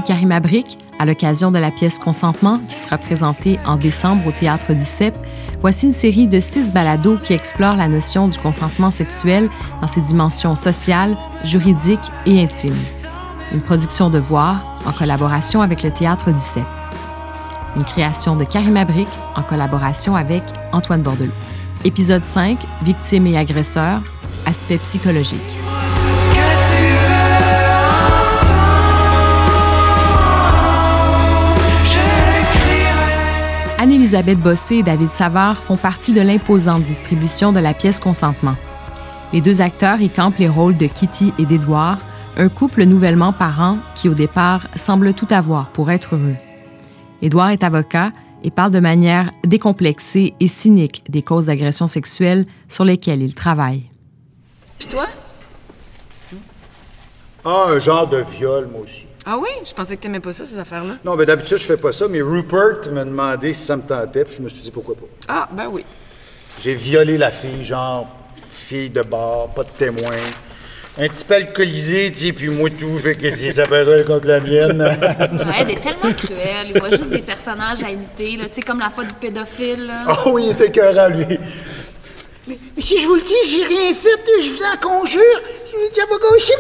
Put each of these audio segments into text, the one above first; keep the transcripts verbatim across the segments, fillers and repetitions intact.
Karima Brick, à l'occasion de la pièce Consentement, qui sera présentée en décembre au Théâtre du C E P, voici une série de six balados qui explorent la notion du consentement sexuel dans ses dimensions sociales, juridiques et intimes. Une production de Voir en collaboration avec le Théâtre du C E P. Une création de Karima Brick en collaboration avec Antoine Bordelot. Épisode cinq, Victimes et agresseurs, aspect psychologique. Anne-Élisabeth Bossé et David Savard font partie de l'imposante distribution de la pièce Consentement. Les deux acteurs y campent les rôles de Kitty et d'Édouard, un couple nouvellement parent qui, au départ, semble tout avoir pour être heureux. Édouard est avocat et parle de manière décomplexée et cynique des causes d'agression sexuelle sur lesquelles il travaille. Puis toi? Ah, un genre de viol, moi aussi. Ah oui? Je pensais que t'aimais pas ça, ces affaires-là. Non, ben d'habitude, je fais pas ça, mais Rupert m'a demandé si ça me tentait, puis je me suis dit pourquoi pas. Ah, ben oui. J'ai violé la fille, genre, fille de bar, pas de témoin. Un petit peu alcoolisé, tu sais, puis moi tout, fait que c'est sa parole contre la mienne. Ouais, elle est tellement cruelle. Il voit juste des personnages à imiter, là, tu sais, comme la fois du pédophile, là. Oh oui, il était écœurant, lui. Mais, mais si je vous le dis, j'ai rien fait, je vous en conjure, ça va gâcher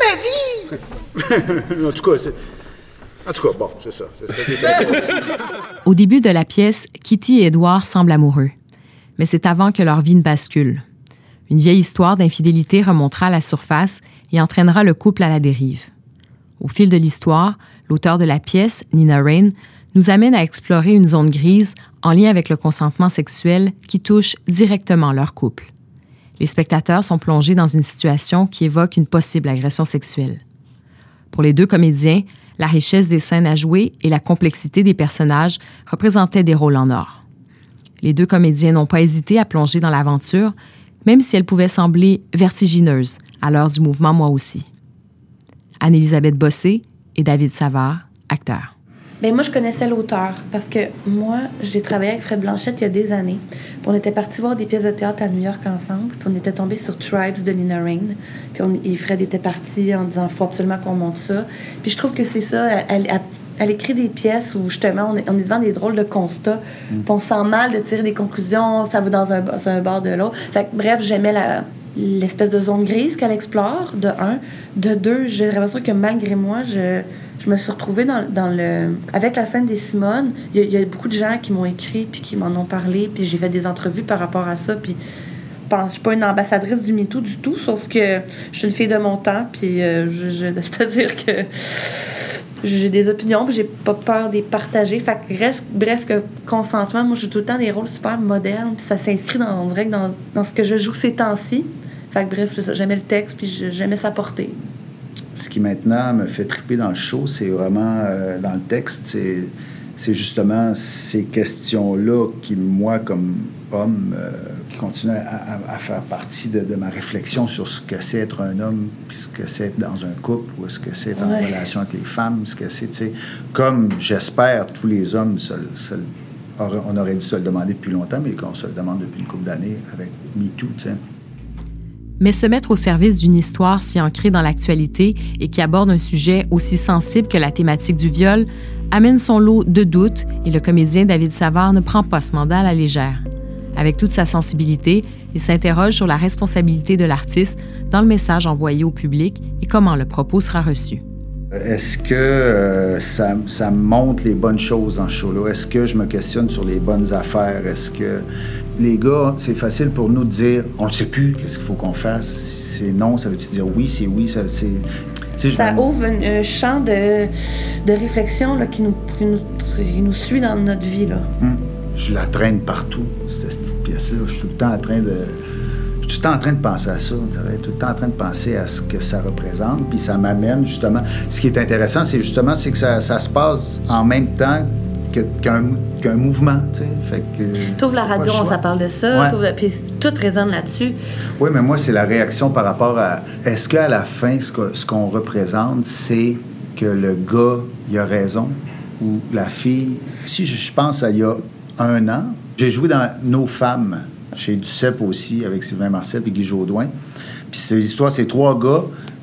ma vie. En tout cas, c'est... En tout cas, bon, c'est ça. C'est ça qui est Au début de la pièce, Kitty et Édouard semblent amoureux. Mais c'est avant que leur vie ne bascule. Une vieille histoire d'infidélité remontera à la surface et entraînera le couple à la dérive. Au fil de l'histoire, l'auteur de la pièce, Nina Raine, nous amène à explorer une zone grise en lien avec le consentement sexuel qui touche directement leur couple. Les spectateurs sont plongés dans une situation qui évoque une possible agression sexuelle. Pour les deux comédiens, la richesse des scènes à jouer et la complexité des personnages représentaient des rôles en or. Les deux comédiens n'ont pas hésité à plonger dans l'aventure, même si elle pouvait sembler vertigineuse à l'heure du mouvement Moi aussi. Anne-Élisabeth Bossé et David Savard, acteurs. Bien, moi, je connaissais l'auteur parce que moi, j'ai travaillé avec Fred Blanchette il y a des années. Puis on était partis voir des pièces de théâtre à New York ensemble. Puis on était tombés sur Tribes de Nina Raine. Puis on, et Fred était parti en disant « faut absolument qu'on monte ça ». Puis je trouve que c'est ça. Elle, elle, elle écrit des pièces où, justement, on est, on est devant des drôles de constats. Mm. Puis on sent mal de tirer des conclusions. Ça va dans un, sur un bord de l'autre. Fait que, bref, j'aimais la... l'espèce de zone grise qu'elle explore, de un. De deux, j'ai l'impression que malgré moi, je, je me suis retrouvée dans, dans le... Avec la scène des Simones, il y, y a beaucoup de gens qui m'ont écrit puis qui m'en ont parlé, puis j'ai fait des entrevues par rapport à ça, puis je suis pas une ambassadrice du MeToo du tout, sauf que je suis une fille de mon temps, puis euh, je, je, c'est-à-dire que j'ai des opinions, puis j'ai pas peur de les partager. Fait que reste, bref, que consentement, moi, j'ai tout le temps des rôles super modernes, puis ça s'inscrit dans, on dirait que dans, dans ce que je joue ces temps-ci. Fait que bref, j'aimais le texte, puis j'aimais sa portée. Ce qui maintenant me fait triper dans le show, c'est vraiment, euh, dans le texte, c'est, c'est justement ces questions-là qui, moi, comme homme, euh, qui continuent à, à, à faire partie de, de ma réflexion sur ce que c'est être un homme, puis ce que c'est être dans un couple, ou ce que c'est être ouais. en relation avec les femmes, ce que c'est, tu sais, comme j'espère tous les hommes, se, se, on aurait dû se le demander depuis longtemps, mais qu'on se le demande depuis une couple d'années avec MeToo, tu sais. Mais se mettre au service d'une histoire si ancrée dans l'actualité et qui aborde un sujet aussi sensible que la thématique du viol amène son lot de doutes et le comédien David Savard ne prend pas ce mandat à la légère. Avec toute sa sensibilité, il s'interroge sur la responsabilité de l'artiste dans le message envoyé au public et comment le propos sera reçu. Est-ce que euh, ça, ça montre les bonnes choses dans ce show-là? Est-ce que je me questionne sur les bonnes affaires? Est-ce que les gars, c'est facile pour nous de dire on ne sait plus, qu'est-ce qu'il faut qu'on fasse? C'est non, ça veut-tu dire oui, c'est oui, ça, c'est... Ça me... ouvre un, un champ de, de réflexion là, qui, nous, qui, nous, qui nous suit dans notre vie. Là. Hum. Je la traîne partout, cette petite pièce-là. Je suis tout le temps en train de... Je suis tout le temps en train de penser à ça, tout le temps en train de penser à ce que ça représente, puis ça m'amène justement... Ce qui est intéressant, c'est justement c'est que ça, ça se passe en même temps que, qu'un, qu'un mouvement, tu sais. Fait que... T'ouvres la radio, on ça parle de ça, ouais. Puis tout résonne là-dessus. Oui, mais moi, c'est la réaction par rapport à... Est-ce qu'à la fin, ce, que, ce qu'on représente, c'est que le gars, il a raison, ou la fille... Si je pense à il y a un an, j'ai joué dans Nos femmes, chez Duceppe aussi, avec Sylvain Marcel et Guy Jodoin. Puis c'est l'histoire, c'est trois gars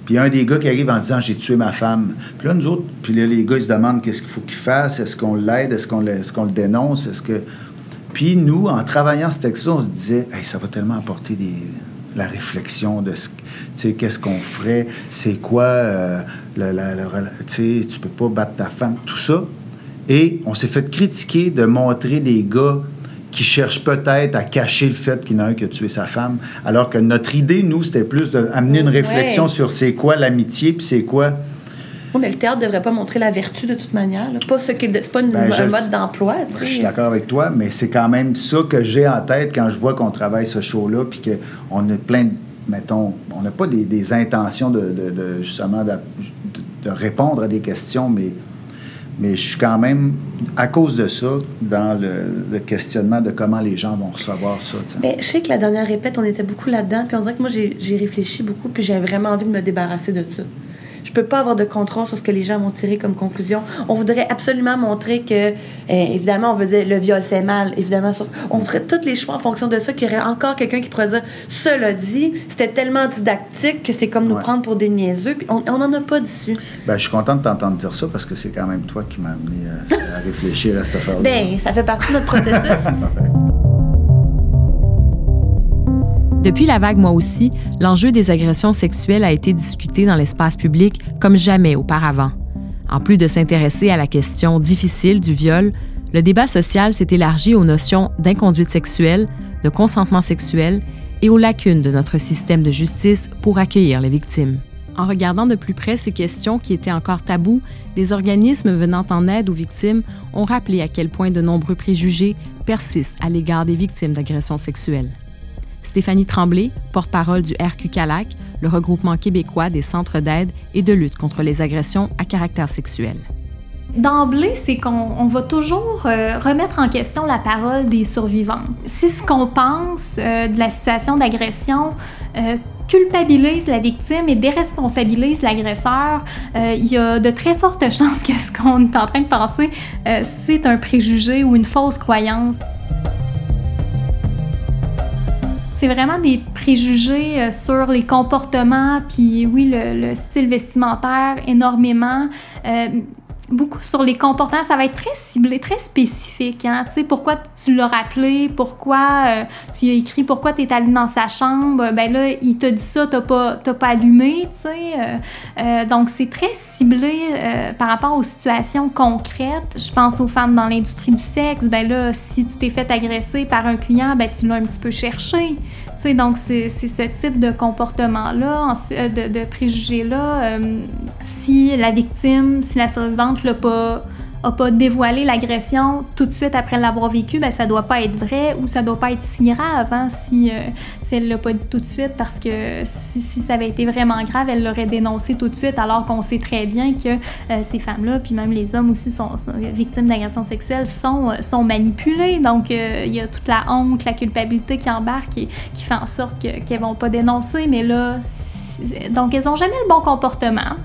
Puis il y a un des gars qui arrive en disant « J'ai tué ma femme ». Puis là, nous autres, puis là, les gars, ils se demandent qu'est-ce qu'il faut qu'il fasse, est-ce qu'on l'aide, est-ce qu'on le, est-ce qu'on le dénonce, est-ce que... Puis nous, en travaillant ce texte-là, on se disait hey, « ça va tellement apporter des... la réflexion de ce... Tu sais, qu'est-ce qu'on ferait, c'est quoi, euh, le, le, le, tu sais, tu peux pas battre ta femme, tout ça. » Et on s'est fait critiquer de montrer des gars qui cherchent peut-être à cacher le fait qu'il y en a un qui a tué sa femme, alors que notre idée, nous, c'était plus d'amener une réflexion ouais. sur c'est quoi l'amitié, puis c'est quoi... Oui, mais le théâtre ne devrait pas montrer la vertu de toute manière. Là. Pas ce qu'il, c'est pas une, ben, un mode d'emploi. Tu sais. Je suis d'accord avec toi, mais c'est quand même ça que j'ai en tête quand je vois qu'on travaille ce show-là, puis qu'on a plein de... Mettons, on n'a pas des, des intentions de, de, de justement de, de répondre à des questions, mais... Mais je suis quand même, à cause de ça, dans le, le questionnement de comment les gens vont recevoir ça. Mais je sais que la dernière répète, on était beaucoup là-dedans, puis on dirait que moi, j'ai, j'ai réfléchi beaucoup, puis j'ai vraiment envie de me débarrasser de ça. Je peux pas avoir de contrôle sur ce que les gens vont tirer comme conclusion. On voudrait absolument montrer que, euh, évidemment, on veut dire le viol, c'est mal, évidemment. On ferait tous les choix en fonction de ça, qu'il y aurait encore quelqu'un qui pourrait dire cela dit, c'était tellement didactique que c'est comme nous ouais. prendre pour des niaiseux, puis on n'en a pas d'issue. Ben, je suis contente de t'entendre dire ça parce que c'est quand même toi qui m'as amené à, à réfléchir à cette affaire-là. Ben, ça fait partie de notre processus. Depuis la vague Moi aussi, l'enjeu des agressions sexuelles a été discuté dans l'espace public comme jamais auparavant. En plus de s'intéresser à la question difficile du viol, le débat social s'est élargi aux notions d'inconduite sexuelle, de consentement sexuel et aux lacunes de notre système de justice pour accueillir les victimes. En regardant de plus près ces questions qui étaient encore tabous, des organismes venant en aide aux victimes ont rappelé à quel point de nombreux préjugés persistent à l'égard des victimes d'agressions sexuelles. Stéphanie Tremblay, porte-parole du R Q CALAC, le regroupement québécois des centres d'aide et de lutte contre les agressions à caractère sexuel. D'emblée, c'est qu'on on va toujours euh, remettre en question la parole des survivantes. Si ce qu'on pense euh, de la situation d'agression euh, culpabilise la victime et déresponsabilise l'agresseur, euh, il y a de très fortes chances que ce qu'on est en train de penser, euh, c'est un préjugé ou une fausse croyance. C'est vraiment des préjugés euh, sur les comportements, puis oui, le, le style vestimentaire, énormément. Euh, beaucoup sur les comportements, ça va être très ciblé, très spécifique. Hein? Tu sais, pourquoi tu l'as rappelé, pourquoi euh, tu lui as écrit, pourquoi tu es allé dans sa chambre, ben là, il t'a dit ça, t'as pas, t'as pas allumé, tu sais. Euh, euh, donc, c'est très ciblé euh, par rapport aux situations concrètes. Je pense aux femmes dans l'industrie du sexe, ben là, si tu t'es fait agresser par un client, ben tu l'as un petit peu cherché. Tu sais, donc, c'est, c'est ce type de comportement-là, de, de préjugés-là. Euh, si la victime, si la survivante n'a pas, a pas dévoilé l'agression tout de suite après l'avoir vécu, ben ça doit pas être vrai ou ça doit pas être si grave hein, si, euh, si elle l'a pas dit tout de suite, parce que si, si ça avait été vraiment grave, elle l'aurait dénoncé tout de suite, alors qu'on sait très bien que euh, ces femmes-là, puis même les hommes aussi, sont, sont victimes d'agressions sexuelles, sont, sont manipulés. Donc, il euh, y a toute la honte, la culpabilité qui embarque et qui fait en sorte que, qu'elles vont pas dénoncer. Mais là, donc, elles ont jamais le bon comportement.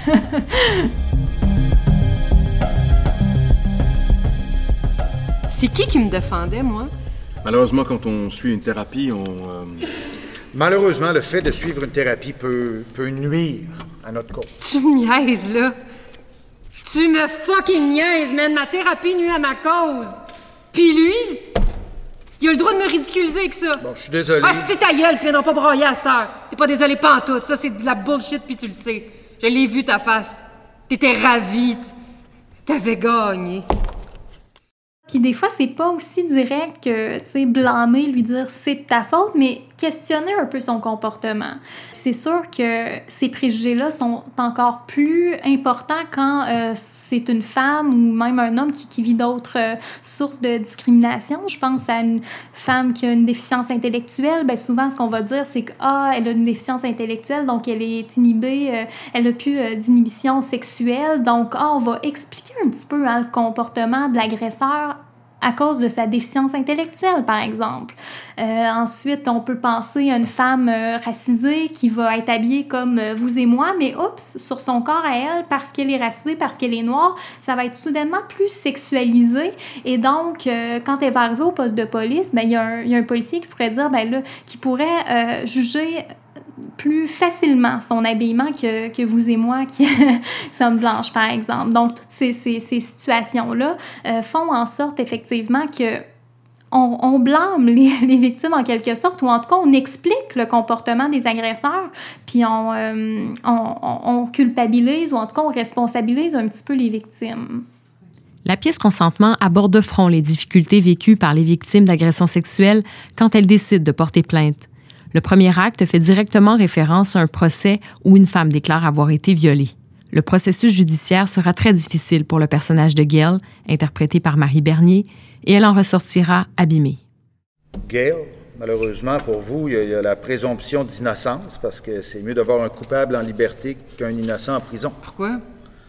C'est qui qui me défendait, moi? Malheureusement, quand on suit une thérapie, on... Euh... Malheureusement, le fait de suivre une thérapie peut, peut nuire à notre cause. Tu me niaises, là. Tu me fucking niaises, man. Ma thérapie nuit à ma cause. Puis lui, il a le droit de me ridiculiser avec ça. Bon, je suis désolé. Ah, c'est ta gueule, tu viendras pas broyer à cette heure. T'es pas désolé pantoute. Ça, c'est de la bullshit, puis tu le sais. Je l'ai vu, ta face. T'étais ravie. T'avais gagné. Puis des fois, c'est pas aussi direct que, tu sais, blâmer, lui dire c'est de ta faute, mais questionner un peu son comportement. C'est sûr que ces préjugés-là sont encore plus importants quand euh, c'est une femme ou même un homme qui, qui vit d'autres euh, sources de discrimination. Je pense à une femme qui a une déficience intellectuelle. Bien, souvent, ce qu'on va dire, c'est que ah, elle a une déficience intellectuelle, donc elle est inhibée, euh, elle n'a plus euh, d'inhibition sexuelle. Donc, ah, on va expliquer un petit peu hein, le comportement de l'agresseur à cause de sa déficience intellectuelle, par exemple. Euh, ensuite, on peut penser à une femme euh, racisée qui va être habillée comme euh, vous et moi, mais oups, sur son corps à elle, parce qu'elle est racisée, parce qu'elle est noire, ça va être soudainement plus sexualisé. Et donc, euh, quand elle va arriver au poste de police, ben, il y a un, il y a un policier qui pourrait dire, ben là, qui pourrait euh, juger plus facilement son habillement que, que vous et moi qui sommes blanches, par exemple. Donc, toutes ces, ces, ces situations-là euh, font en sorte, effectivement, que on, on blâme les, les victimes en quelque sorte, ou en tout cas, on explique le comportement des agresseurs, puis on, euh, on, on culpabilise, ou en tout cas, on responsabilise un petit peu les victimes. La pièce Consentement aborde de front les difficultés vécues par les victimes d'agressions sexuelles quand elles décident de porter plainte. Le premier acte fait directement référence à un procès où une femme déclare avoir été violée. Le processus judiciaire sera très difficile pour le personnage de Gail, interprété par Marie Bernier, et elle en ressortira abîmée. Gail, malheureusement pour vous, il y, a, il y a la présomption d'innocence, parce que c'est mieux d'avoir un coupable en liberté qu'un innocent en prison. Pourquoi?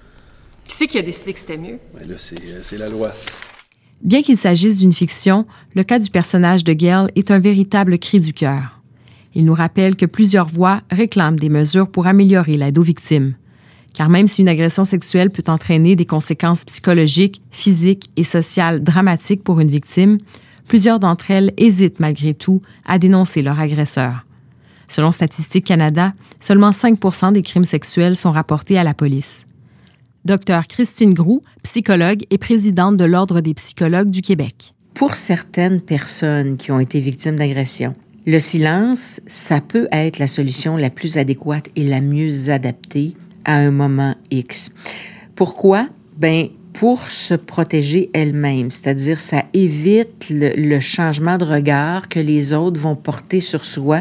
Qui c'est qui a décidé que c'était mieux? Ouais, là, c'est, c'est la loi. Bien qu'il s'agisse d'une fiction, le cas du personnage de Gail est un véritable cri du cœur. Il nous rappelle que plusieurs voix réclament des mesures pour améliorer l'aide aux victimes. Car même si une agression sexuelle peut entraîner des conséquences psychologiques, physiques et sociales dramatiques pour une victime, plusieurs d'entre elles hésitent malgré tout à dénoncer leur agresseur. Selon Statistique Canada, seulement cinq pour cent des crimes sexuels sont rapportés à la police. Docteur Christine Groux, psychologue et présidente de l'Ordre des psychologues du Québec. Pour certaines personnes qui ont été victimes d'agression, le silence, ça peut être la solution la plus adéquate et la mieux adaptée à un moment X. Pourquoi? Ben, pour se protéger elle-même, c'est-à-dire ça évite le, le changement de regard que les autres vont porter sur soi.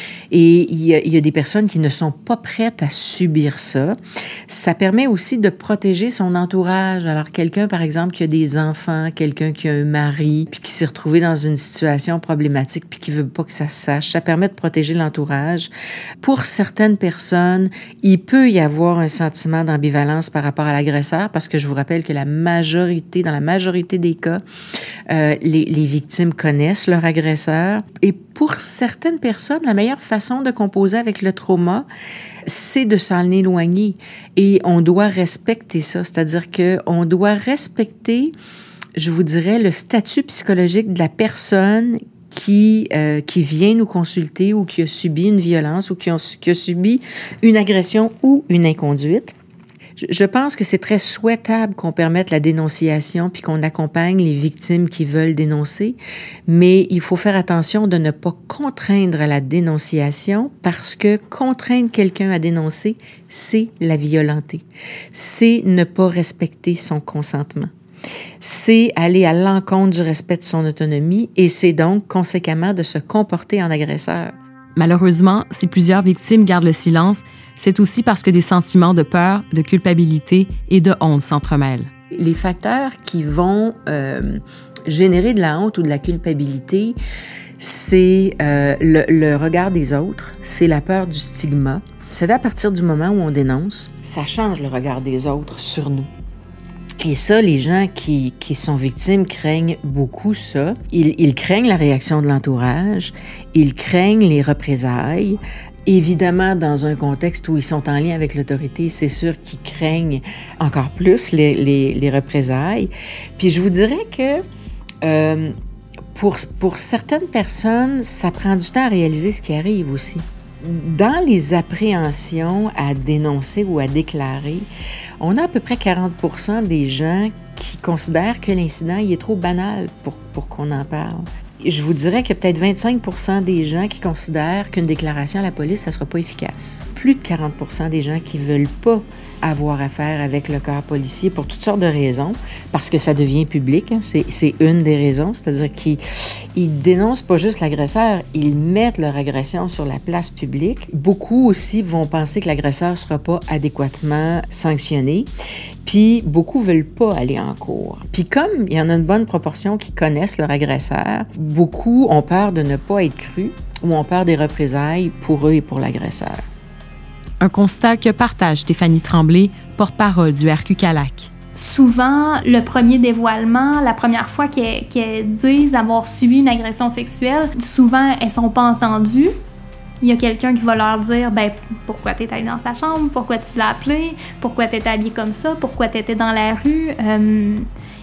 Et il y, a, il y a des personnes qui ne sont pas prêtes à subir ça. Ça permet aussi de protéger son entourage. Alors, quelqu'un, par exemple, qui a des enfants, quelqu'un qui a un mari, puis qui s'est retrouvé dans une situation problématique, puis qui veut pas que ça se sache, ça permet de protéger l'entourage. Pour certaines personnes, il peut y avoir un sentiment d'ambivalence par rapport à l'agresseur, parce que je vous rappelle que la majorité, dans la majorité des cas, euh, les, les victimes connaissent leur agresseur. Et pour certaines personnes, la meilleure façon de composer avec le trauma, c'est de s'en éloigner. Et on doit respecter ça. C'est-à-dire qu'on doit respecter, je vous dirais, le statut psychologique de la personne qui, euh, qui vient nous consulter ou qui a subi une violence ou qui a, qui a subi une agression ou une inconduite. Je pense que c'est très souhaitable qu'on permette la dénonciation puis qu'on accompagne les victimes qui veulent dénoncer, mais il faut faire attention de ne pas contraindre à la dénonciation parce que contraindre quelqu'un à dénoncer, c'est la violenter. C'est ne pas respecter son consentement. C'est aller à l'encontre du respect de son autonomie et c'est donc conséquemment de se comporter en agresseur. Malheureusement, si plusieurs victimes gardent le silence, c'est aussi parce que des sentiments de peur, de culpabilité et de honte s'entremêlent. Les facteurs qui vont euh, générer de la honte ou de la culpabilité, c'est euh, le, le regard des autres, c'est la peur du stigma. Vous savez, à partir du moment où on dénonce, ça change le regard des autres sur nous. Et ça, les gens qui, qui sont victimes craignent beaucoup ça. Ils, ils craignent la réaction de l'entourage, ils craignent les représailles. Évidemment, dans un contexte où ils sont en lien avec l'autorité, c'est sûr qu'ils craignent encore plus les, les, les représailles. Puis je vous dirais que euh, pour, pour certaines personnes, ça prend du temps à réaliser ce qui arrive aussi. Dans les appréhensions à dénoncer ou à déclarer, on a à peu près quarante pour cent des gens qui considèrent que l'incident il est trop banal pour, pour qu'on en parle. Je vous dirais qu'il y a peut-être vingt-cinq pour cent des gens qui considèrent qu'une déclaration à la police, ça ne sera pas efficace. Plus de quarante pour cent des gens qui ne veulent pas avoir affaire avec le corps policier pour toutes sortes de raisons, parce que ça devient public, hein, c'est, c'est une des raisons, c'est-à-dire qu'ils ils dénoncent pas juste l'agresseur, ils mettent leur agression sur la place publique. Beaucoup aussi vont penser que l'agresseur ne sera pas adéquatement sanctionné, puis beaucoup veulent pas aller en cours. Puis comme il y en a une bonne proportion qui connaissent leur agresseur, beaucoup ont peur de ne pas être crus ou ont peur des représailles pour eux et pour l'agresseur. Un constat que partage Stéphanie Tremblay, porte-parole du R Q Calac. Souvent, le premier dévoilement, la première fois qu'elles, qu'elles disent avoir subi une agression sexuelle, souvent, elles ne sont pas entendues. Il y a quelqu'un qui va leur dire ben, « Pourquoi tu es allée dans sa chambre? Pourquoi tu l'as appelé? Pourquoi tu étais habillée comme ça? Pourquoi tu étais dans la rue? Euh, »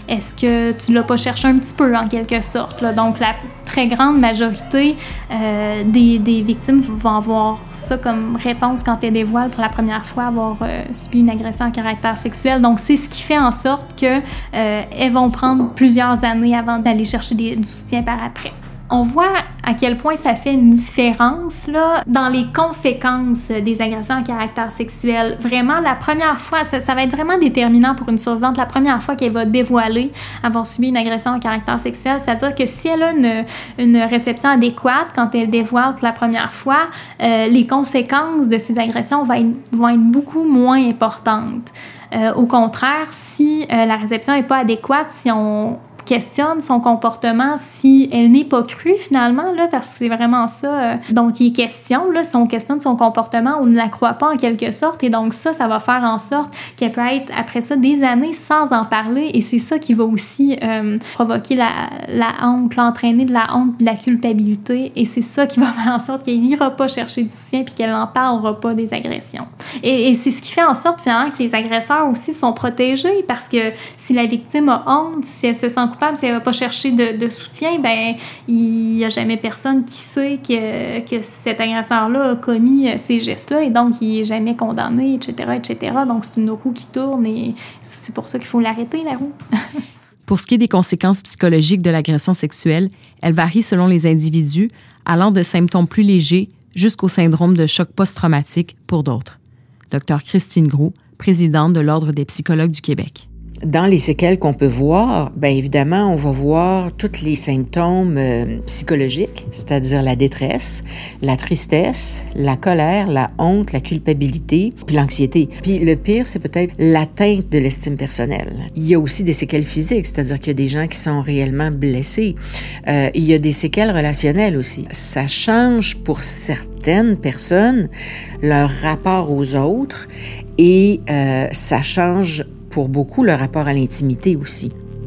est-ce que tu l'as pas cherché un petit peu, en quelque sorte, là? Donc, la très grande majorité euh, des, des victimes vont avoir ça comme réponse quand elles dévoilent pour la première fois avoir euh, subi une agression à caractère sexuel. Donc, c'est ce qui fait en sorte qu'elles euh, vont prendre plusieurs années avant d'aller chercher des, du soutien par après. On voit à quel point ça fait une différence là, dans les conséquences des agressions à caractère sexuel. Vraiment, la première fois, ça, ça va être vraiment déterminant pour une survivante, la première fois qu'elle va dévoiler avoir subi une agression à caractère sexuel. C'est-à-dire que si elle a une, une réception adéquate quand elle dévoile pour la première fois, euh, les conséquences de ces agressions vont être, vont être beaucoup moins importantes. Euh, au contraire, si euh, la réception n'est pas adéquate, si on questionne son comportement, si elle n'est pas crue finalement, là, parce que c'est vraiment ça euh, dont il est question, là, si on questionne son comportement, on ne la croit pas en quelque sorte, et donc ça, ça va faire en sorte qu'elle peut être, après ça, des années sans en parler, et c'est ça qui va aussi euh, provoquer la, la honte, l'entraîner de la honte, de la culpabilité, et c'est ça qui va faire en sorte qu'elle n'ira pas chercher du soutien puis qu'elle n'en parlera pas des agressions. Et, et c'est ce qui fait en sorte finalement que les agresseurs aussi sont protégés, parce que si la victime a honte, si elle se sent coupable, si elle ne va pas chercher de, de soutien, ben il n'y a jamais personne qui sait que, que cet agresseur-là a commis ces gestes-là, et donc il n'est jamais condamné, et cetera, et cetera. Donc c'est une roue qui tourne, et c'est pour ça qu'il faut l'arrêter, la roue. Pour ce qui est des conséquences psychologiques de l'agression sexuelle, elles varient selon les individus, allant de symptômes plus légers jusqu'au syndrome de choc post-traumatique pour d'autres. Docteur Christine Groulx, présidente de l'Ordre des psychologues du Québec. Dans les séquelles qu'on peut voir, bien évidemment, on va voir tous les symptômes euh, psychologiques, c'est-à-dire la détresse, la tristesse, la colère, la honte, la culpabilité, puis l'anxiété. Puis le pire, c'est peut-être l'atteinte de l'estime personnelle. Il y a aussi des séquelles physiques, c'est-à-dire qu'il y a des gens qui sont réellement blessés. Euh, il y a des séquelles relationnelles aussi. Ça change pour certaines personnes leur rapport aux autres, et euh, ça change pour beaucoup le rapport à l'intimité aussi.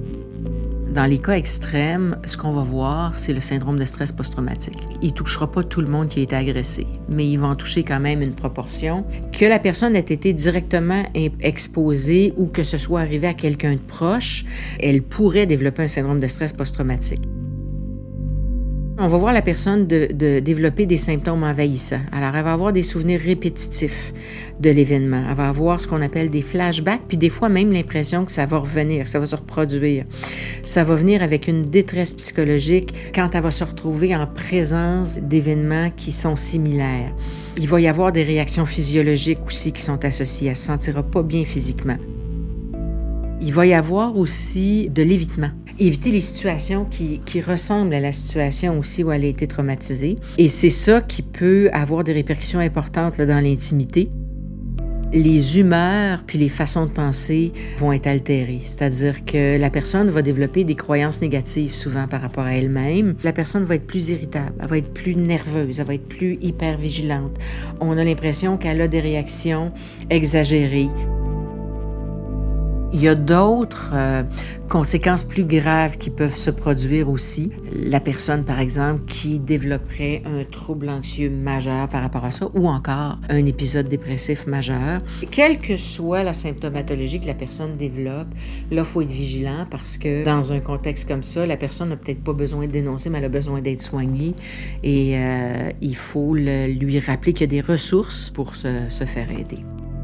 Dans les cas extrêmes, ce qu'on va voir, c'est le syndrome de stress post-traumatique. Il ne touchera pas tout le monde qui a été agressé, mais il va en toucher quand même une proportion. Que la personne ait été directement exposée ou que ce soit arrivé à quelqu'un de proche, elle pourrait développer un syndrome de stress post-traumatique. On va voir la personne de, de développer des symptômes envahissants. Alors, elle va avoir des souvenirs répétitifs de l'événement. Elle va avoir ce qu'on appelle des flashbacks, puis des fois même l'impression que ça va revenir, que ça va se reproduire. Ça va venir avec une détresse psychologique quand elle va se retrouver en présence d'événements qui sont similaires. Il va y avoir des réactions physiologiques aussi qui sont associées. Elle ne se sentira pas bien physiquement. Il va y avoir aussi de l'évitement. Éviter les situations qui, qui ressemblent à la situation aussi où elle a été traumatisée. Et c'est ça qui peut avoir des répercussions importantes là, dans l'intimité. Les humeurs puis les façons de penser vont être altérées. C'est-à-dire que la personne va développer des croyances négatives souvent par rapport à elle-même. La personne va être plus irritable, elle va être plus nerveuse, elle va être plus hyper vigilante. On a l'impression qu'elle a des réactions exagérées. Il y a d'autres euh, conséquences plus graves qui peuvent se produire aussi. La personne, par exemple, qui développerait un trouble anxieux majeur par rapport à ça, ou encore un épisode dépressif majeur. Quelle que soit la symptomatologie que la personne développe, là, il faut être vigilant parce que dans un contexte comme ça, la personne n'a peut-être pas besoin de dénoncer, mais elle a besoin d'être soignée. Et euh, il faut le, lui rappeler qu'il y a des ressources pour se, se faire aider.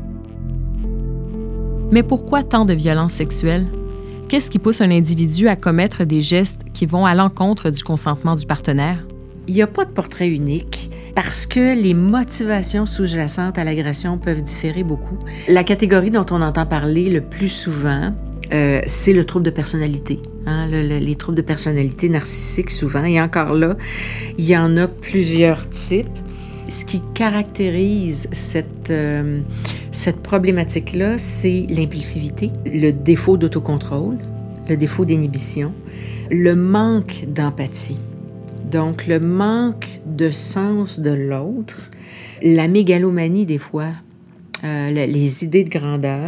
Mais pourquoi tant de violences sexuelles? Qu'est-ce qui pousse un individu à commettre des gestes qui vont à l'encontre du consentement du partenaire? Il n'y a pas de portrait unique parce que les motivations sous-jacentes à l'agression peuvent différer beaucoup. La catégorie dont on entend parler le plus souvent, euh, c'est le trouble de personnalité. Hein, le, le, les troubles de personnalité narcissiques souvent. Et encore là, il y en a plusieurs types. Ce qui caractérise cette, euh, cette problématique-là, c'est l'impulsivité, le défaut d'autocontrôle, le défaut d'inhibition, le manque d'empathie. Donc, le manque de sens de l'autre, la mégalomanie des fois, euh, les idées de grandeur,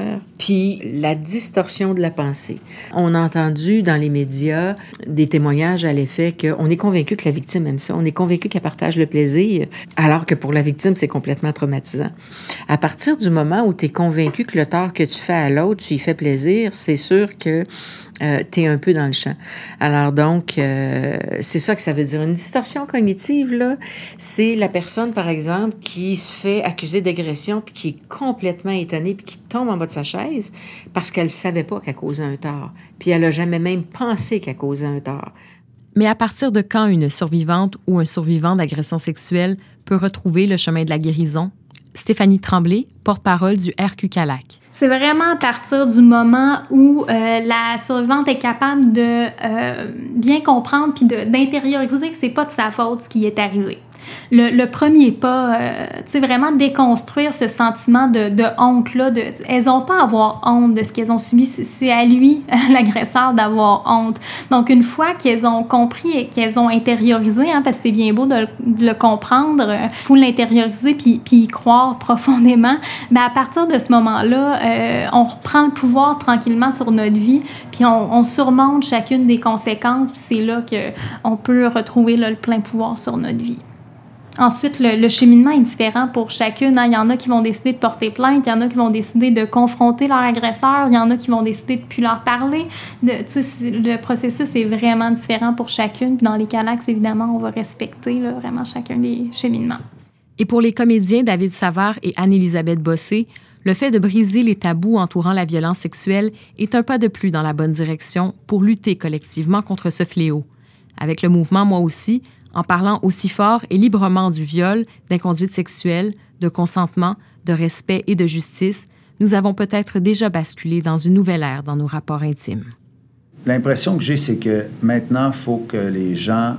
puis la distorsion de la pensée. On a entendu dans les médias des témoignages à l'effet qu'on est convaincu que la victime aime ça, on est convaincu qu'elle partage le plaisir, alors que pour la victime, c'est complètement traumatisant. À partir du moment où tu es convaincu que le tort que tu fais à l'autre, tu y fais plaisir, c'est sûr que euh, tu es un peu dans le champ. Alors donc, euh, c'est ça que ça veut dire. Une distorsion cognitive, là, c'est la personne, par exemple, qui se fait accuser d'agression puis qui est complètement étonnée puis qui tombe en bas de sa chaise parce qu'elle ne savait pas qu'elle causait un tort. Puis elle n'a jamais même pensé qu'elle causait un tort. Mais à partir de quand une survivante ou un survivant d'agression sexuelle peut retrouver le chemin de la guérison? Stéphanie Tremblay, porte-parole du R Q Calac. C'est vraiment à partir du moment où euh, la survivante est capable de euh, bien comprendre puis de, d'intérioriser que c'est pas de sa faute ce qui est arrivé. Le, le premier pas, euh, tu sais, vraiment déconstruire ce sentiment de, de honte-là. De, elles n'ont pas à avoir honte de ce qu'elles ont subi. C'est, c'est à lui, l'agresseur, d'avoir honte. Donc, une fois qu'elles ont compris et qu'elles ont intériorisé, hein, parce que c'est bien beau de, de le comprendre, il faut l'intérioriser puis, puis y croire profondément, ben à partir de ce moment-là, euh, on reprend le pouvoir tranquillement sur notre vie puis on, on surmonte chacune des conséquences. Puis c'est là qu'on peut retrouver là, le plein pouvoir sur notre vie. Ensuite, le, le cheminement est différent pour chacune. Hein. Il y en a qui vont décider de porter plainte, il y en a qui vont décider de confronter leur agresseur, il y en a qui vont décider de ne plus leur parler. De, le processus est vraiment différent pour chacune. Puis dans les Calax, évidemment, on va respecter là, vraiment chacun des cheminements. Et pour les comédiens David Savard et Anne-Élisabeth Bossé, le fait de briser les tabous entourant la violence sexuelle est un pas de plus dans la bonne direction pour lutter collectivement contre ce fléau. Avec le mouvement Moi aussi, en parlant aussi fort et librement du viol, d'inconduite sexuelle, de consentement, de respect et de justice, nous avons peut-être déjà basculé dans une nouvelle ère dans nos rapports intimes. L'impression que j'ai, c'est que maintenant, il faut que les gens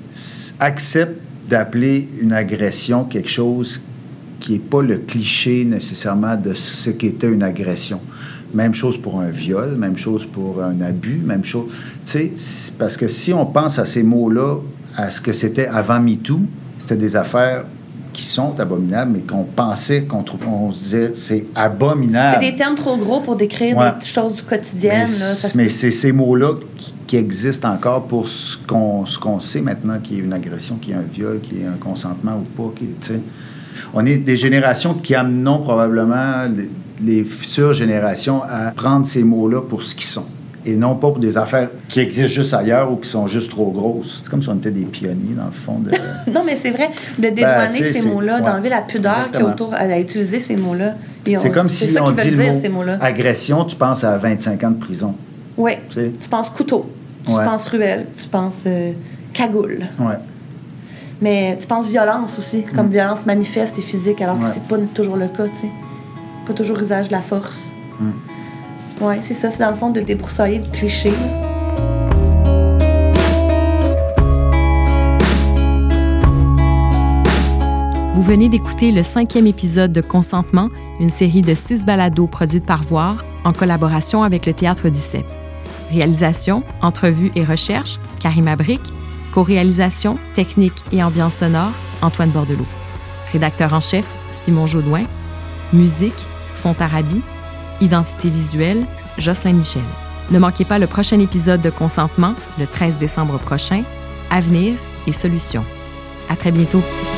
acceptent d'appeler une agression quelque chose qui n'est pas le cliché nécessairement de ce qu'était une agression. Même chose pour un viol, même chose pour un abus, même chose... Tu sais, parce que si on pense à ces mots-là, à ce que c'était avant MeToo, c'était des affaires qui sont abominables, mais qu'on pensait, qu'on trouve, on se disait, c'est abominable. C'est des termes trop gros pour décrire ouais. des choses quotidiennes. Mais, là, ça mais se... c'est ces mots-là qui, qui existent encore pour ce qu'on, ce qu'on sait maintenant, qui est une agression, qui est un viol, qui est un consentement ou pas. Qui, tu sais. On est des générations qui amenons probablement les, les futures générations à prendre ces mots-là pour ce qu'ils sont. Et non pas pour des affaires qui existent juste ailleurs ou qui sont juste trop grosses. C'est comme si on était des pionniers, dans le fond. De... non, mais c'est vrai, de dédouaner ben, ces mots-là, ouais, d'enlever la pudeur qui est autour à utiliser ces mots-là. Et c'est on, comme si c'est on dit le dire, mot agression, tu penses à vingt-cinq ans de prison. Oui, tu penses couteau, tu ouais. penses ruelle, tu penses euh, cagoule. Ouais. Mais tu penses violence aussi, comme mm. violence manifeste et physique, alors ouais. que c'est pas toujours le cas, tu sais. Pas toujours usage de la force. Mm. Oui, c'est ça, c'est dans le fond de débroussailler le cliché. Vous venez d'écouter le cinquième épisode de Consentement, une série de six balados produites par Voir en collaboration avec le Théâtre du C E P. Réalisation, entrevue et recherche, Karima Brick. Co-réalisation, technique et ambiance sonore, Antoine Bordelot. Rédacteur en chef, Simon Jaudoin. Musique, Fontarabi. Identité visuelle, Jocelyn Michel. Ne manquez pas le prochain épisode de Consentement, le treize décembre prochain, Avenir et solutions. À très bientôt.